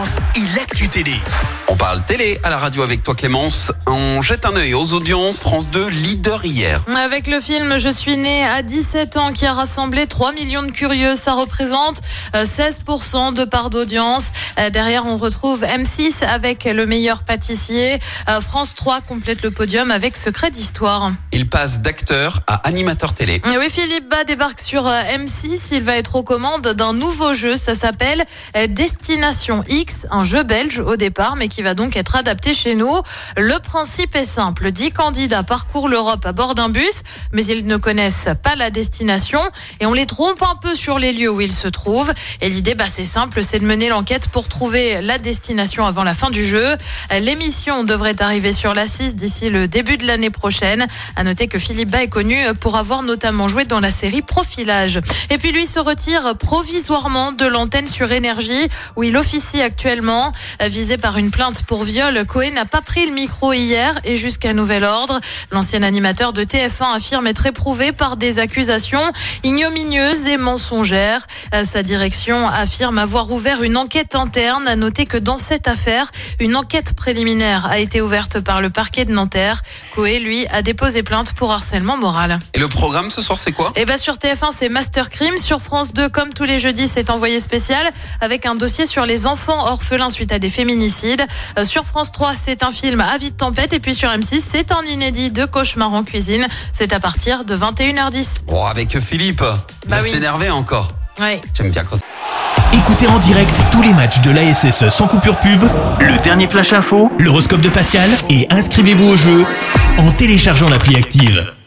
Clémence et l'actu télé. On parle télé à la radio avec toi Clémence. On jette un œil aux audiences. France 2, leader hier. Avec le film Je suis né à 17 ans qui a rassemblé 3 millions de curieux, ça représente 16% de part d'audience. Derrière, on retrouve M6 avec Le meilleur pâtissier. France 3 complète le podium avec Secret d'histoire. Il passe d'acteur à animateur télé. Et oui, Philippe Bas débarque sur M6. Il va être aux commandes d'un nouveau jeu. Ça s'appelle Destination X, un jeu belge au départ, mais qui va donc être adapté chez nous. Le principe est simple. 10 candidats parcourent l'Europe à bord d'un bus, mais ils ne connaissent pas la destination et on les trompe un peu sur les lieux où ils se trouvent. Et l'idée, c'est simple, c'est de mener l'enquête pour trouver la destination avant la fin du jeu. L'émission devrait arriver sur la 6 d'ici le début de l'année prochaine. À noter que Philippe Bas est connu pour avoir notamment joué dans la série Profilage. Et puis lui se retire provisoirement de l'antenne sur Énergie où il officie actuellement. Visé par une plainte pour viol, Coé n'a pas pris le micro hier et jusqu'à nouvel ordre. L'ancien animateur de TF1 affirme être éprouvé par des accusations ignominieuses et mensongères. Sa direction affirme avoir ouvert une enquête interne. À noter que dans cette affaire, une enquête préliminaire a été ouverte par le parquet de Nanterre. Coé, lui, a déposé plainte pour harcèlement moral. Et le programme ce soir, c'est quoi ? Sur TF1, c'est Master Crime. Sur France 2, comme tous les jeudis, c'est Envoyé spécial avec un dossier sur les enfants orphelins suite à des féminicides. Sur France 3, c'est un film à vie de tempête. Et puis sur M6, c'est un inédit de Cauchemar en cuisine. C'est à partir de 21h10. Oh, avec Philippe, il va s'énerver encore. Ouais. J'aime bien quand... Écoutez en direct tous les matchs de l'ASSE sans coupure pub, le dernier flash info, l'horoscope de Pascal et inscrivez-vous au jeu en téléchargeant l'appli Active.